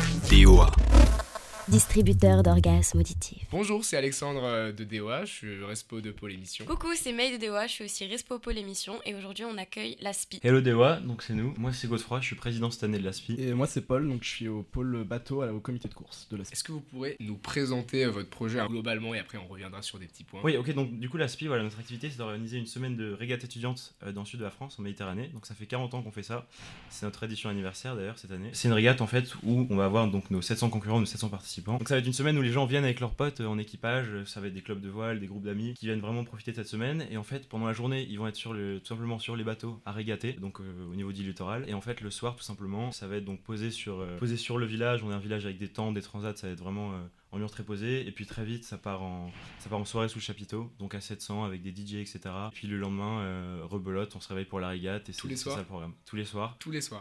DOA. Distributeur d'orgasmes auditifs. Bonjour, c'est Alexandre de DOA, je suis respo de Pôle Émission. Coucou, c'est May de DOA, je suis aussi respo Pôle Émission et aujourd'hui on accueille l'ASPI. Hello DOA, donc c'est nous. Moi c'est Godefroy, je suis président cette année de l'ASPI. Et moi c'est Paul, donc je suis au pôle bateau au comité de course de l'ASPI. Est-ce que vous pourrez nous présenter votre projet globalement et après on reviendra sur des petits points? Oui, ok, donc du coup l'ASPI, voilà, notre activité c'est d'organiser une semaine de régate étudiante dans le sud de la France, en Méditerranée. Donc ça fait 40 ans qu'on fait ça, c'est notre édition anniversaire d'ailleurs cette année. C'est une régate en fait où on va avoir donc nos 700 concurrents, nos 700 participants. Donc ça va être une semaine où les gens viennent avec leurs potes en équipage, ça va être des clubs de voile, des groupes d'amis qui viennent vraiment profiter de cette semaine. Et en fait pendant la journée ils vont être tout simplement sur les bateaux à régater, donc au niveau d'île littoral. Et en fait le soir tout simplement ça va être donc posé sur le village. On est un village avec des tentes, des transats, ça va être vraiment ambiance très posée. Et puis très vite ça part en soirée sous le chapiteau, donc à 700 avec des DJ etc. Et puis le lendemain rebelote, on se réveille pour la régate et c'est ça le programme. Tous les soirs.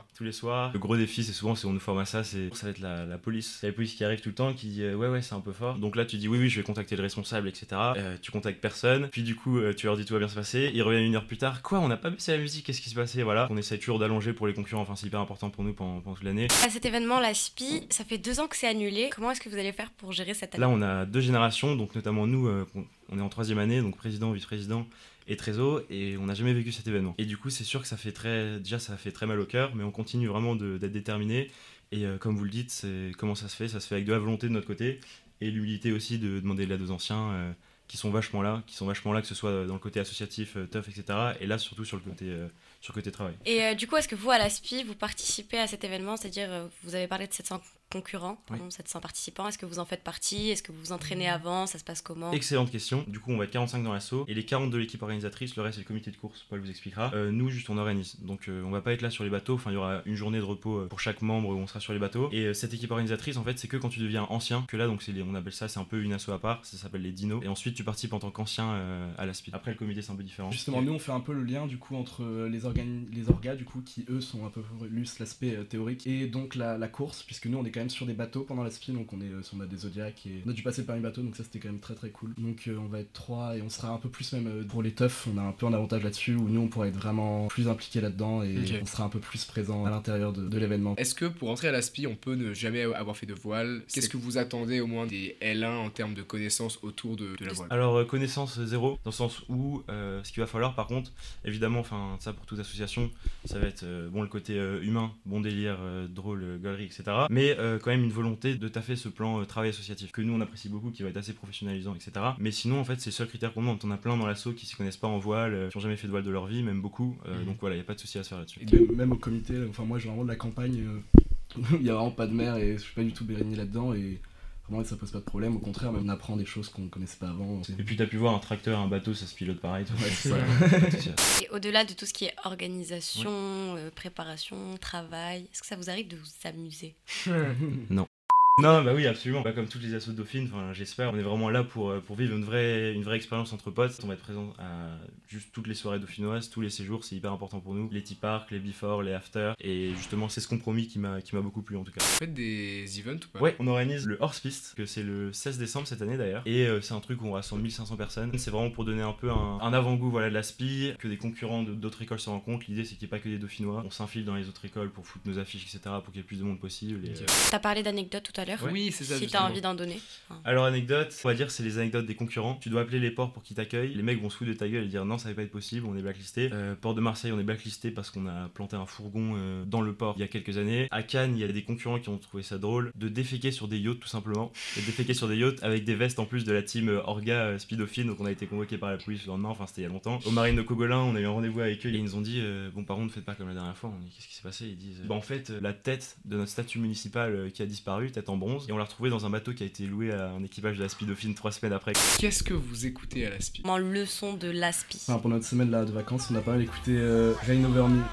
Le gros défi c'est souvent, si on nous forme à ça, ça va être la police. C'est la police qui arrive tout le temps, qui dit ouais c'est un peu fort. Donc là tu dis oui je vais contacter le responsable etc. Tu contactes personne, puis du coup tu leur dis tout va bien se passer. Ils reviennent une heure plus tard, quoi on n'a pas baissé la musique, qu'est-ce qui se passait, voilà. On essaie toujours d'allonger pour les concurrents, enfin c'est hyper important pour nous pendant toute l'année. À cet événement l'ASPI, ça fait 2 ans que c'est annulé, comment est-ce que vous allez faire pour gérer cette année? Là on a 2 générations, donc notamment nous on est en 3e année, donc président, vice-président et trésor, et on n'a jamais vécu cet événement. Et du coup c'est sûr que ça fait très mal au cœur, mais on continue vraiment d'être déterminés. Et comme vous le dites, comment ça se fait avec de la volonté de notre côté et l'humilité aussi de demander de l'aide aux anciens qui sont vachement là, que ce soit dans le côté associatif, teuf, etc. Et là surtout sur le côté travail. Et du coup, est-ce que vous à l'ASPI, vous participez à cet événement, c'est-à-dire vous avez parlé de 700 concurrents, oui. 700 participants, est-ce que vous en faites partie, est-ce que vous vous entraînez avant, ça se passe comment? Excellente question. Du coup on va être 45 dans l'assaut et les 40 de l'équipe organisatrice, le reste c'est le comité de course, Paul vous expliquera. Nous juste on organise, donc on va pas être là sur les bateaux, enfin il y aura une journée de repos pour chaque membre où on sera sur les bateaux. Et cette équipe organisatrice en fait c'est que quand tu deviens ancien, que là donc on appelle ça, c'est un peu une asso à part, ça s'appelle les dinos, et ensuite tu participes en tant qu'ancien à l'ASPI. Après le comité c'est un peu différent. Justement nous on fait un peu le lien du coup entre les orgas du coup qui eux sont un peu plus l'aspect théorique et donc la course, puisque nous on est quand même sur des bateaux pendant l'ASPI, donc on a des Zodiac et on a dû passer le permis bateau, donc ça c'était quand même très très cool. Donc on va être 3 et on sera un peu plus même pour les teufs, on a un peu un avantage là-dessus où nous on pourra être vraiment plus impliqués là-dedans et on sera un peu plus présent à l'intérieur de l'événement. Est-ce que pour entrer à l'ASPI on peut ne jamais avoir fait de voile? Qu'est-ce que vous attendez au moins des L1 en termes de connaissances autour de la voile? Alors connaissance zéro, dans le sens où ce qu'il va falloir par contre, évidemment, enfin ça pour toute association, ça va être le côté humain, bon délire, drôle, galerie, etc. Mais quand même une volonté de taffer ce plan travail associatif que nous on apprécie beaucoup, qui va être assez professionnalisant, etc. Mais sinon en fait c'est le seul critère qu'on demande. On a plein dans l'asso qui s'y connaissent pas en voile, qui ont jamais fait de voile de leur vie, même beaucoup. Donc voilà, il y a pas de souci à se faire là-dessus. Et même au comité, enfin moi j'ai vraiment de la campagne, il y a vraiment pas de mer et je suis pas du tout baigné là-dedans et vraiment ça pose pas de problème, au contraire même on apprend des choses qu'on connaissait pas avant. Et puis t'as pu voir un tracteur, un bateau, ça se pilote pareil. Ouais, c'est ça. Et au-delà de tout ce qui est organisation, préparation, travail, est-ce que ça vous arrive de vous amuser? Non. Non, bah oui, absolument. Bah, comme toutes les assos de Dauphine, j'espère, on est vraiment là pour vivre une vraie expérience entre potes. On va être présent à juste toutes les soirées dauphinoises, tous les séjours, c'est hyper important pour nous. Les tea parks, les before, les after. Et justement, c'est ce compromis qui m'a beaucoup plu en tout cas. Vous faites des events ou pas? Ouais, on organise le hors-piste, que c'est le 16 décembre cette année d'ailleurs. Et c'est un truc où on rassemble 1500 personnes. C'est vraiment pour donner un peu un avant-goût de l'ASPI, que des concurrents d'autres écoles se rencontrent. L'idée, c'est qu'il n'y ait pas que des dauphinois. On s'infile dans les autres écoles pour foutre nos affiches, etc., pour qu'il y ait plus de monde possible. Et, T'as parlé d'anecdotes tout à l'heure. Oui, c'est ça. Si t'as envie d'en donner. Alors anecdote, on va dire c'est les anecdotes des concurrents. Tu dois appeler les ports pour qu'ils t'accueillent. Les mecs vont se foutre de ta gueule et dire non ça va pas être possible, on est blacklisté. Port de Marseille on est blacklisté parce qu'on a planté un fourgon dans le port il y a quelques années. À Cannes il y a des concurrents qui ont trouvé ça drôle de déféquer sur des yachts tout simplement. Et de déféquer sur des yachts avec des vestes en plus de la team Orga Speedophine, donc on a été convoqué par la police le lendemain, enfin c'était il y a longtemps. Au marine de Cogolin on a eu un rendez-vous avec eux et ils nous ont dit bon par contre faites pas comme la dernière fois. On dit qu'est-ce qui s'est passé? Ils disent en fait la tête de notre statue municipale qui a disparu, tête en bronze, et on l'a retrouvée dans un bateau qui a été loué à un équipage de la Speedophine 3 semaines après. Qu'est-ce que vous écoutez à l'ASPI? En leçon de l'ASPI. Enfin, pour notre semaine là, de vacances, on a pas mal écouté Rain Over Me.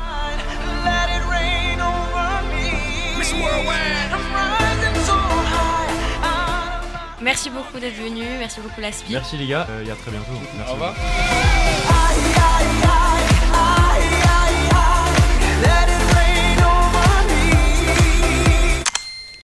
Merci beaucoup d'être venu, merci beaucoup l'ASPI. Merci les gars, et à très bientôt. Merci. Au revoir.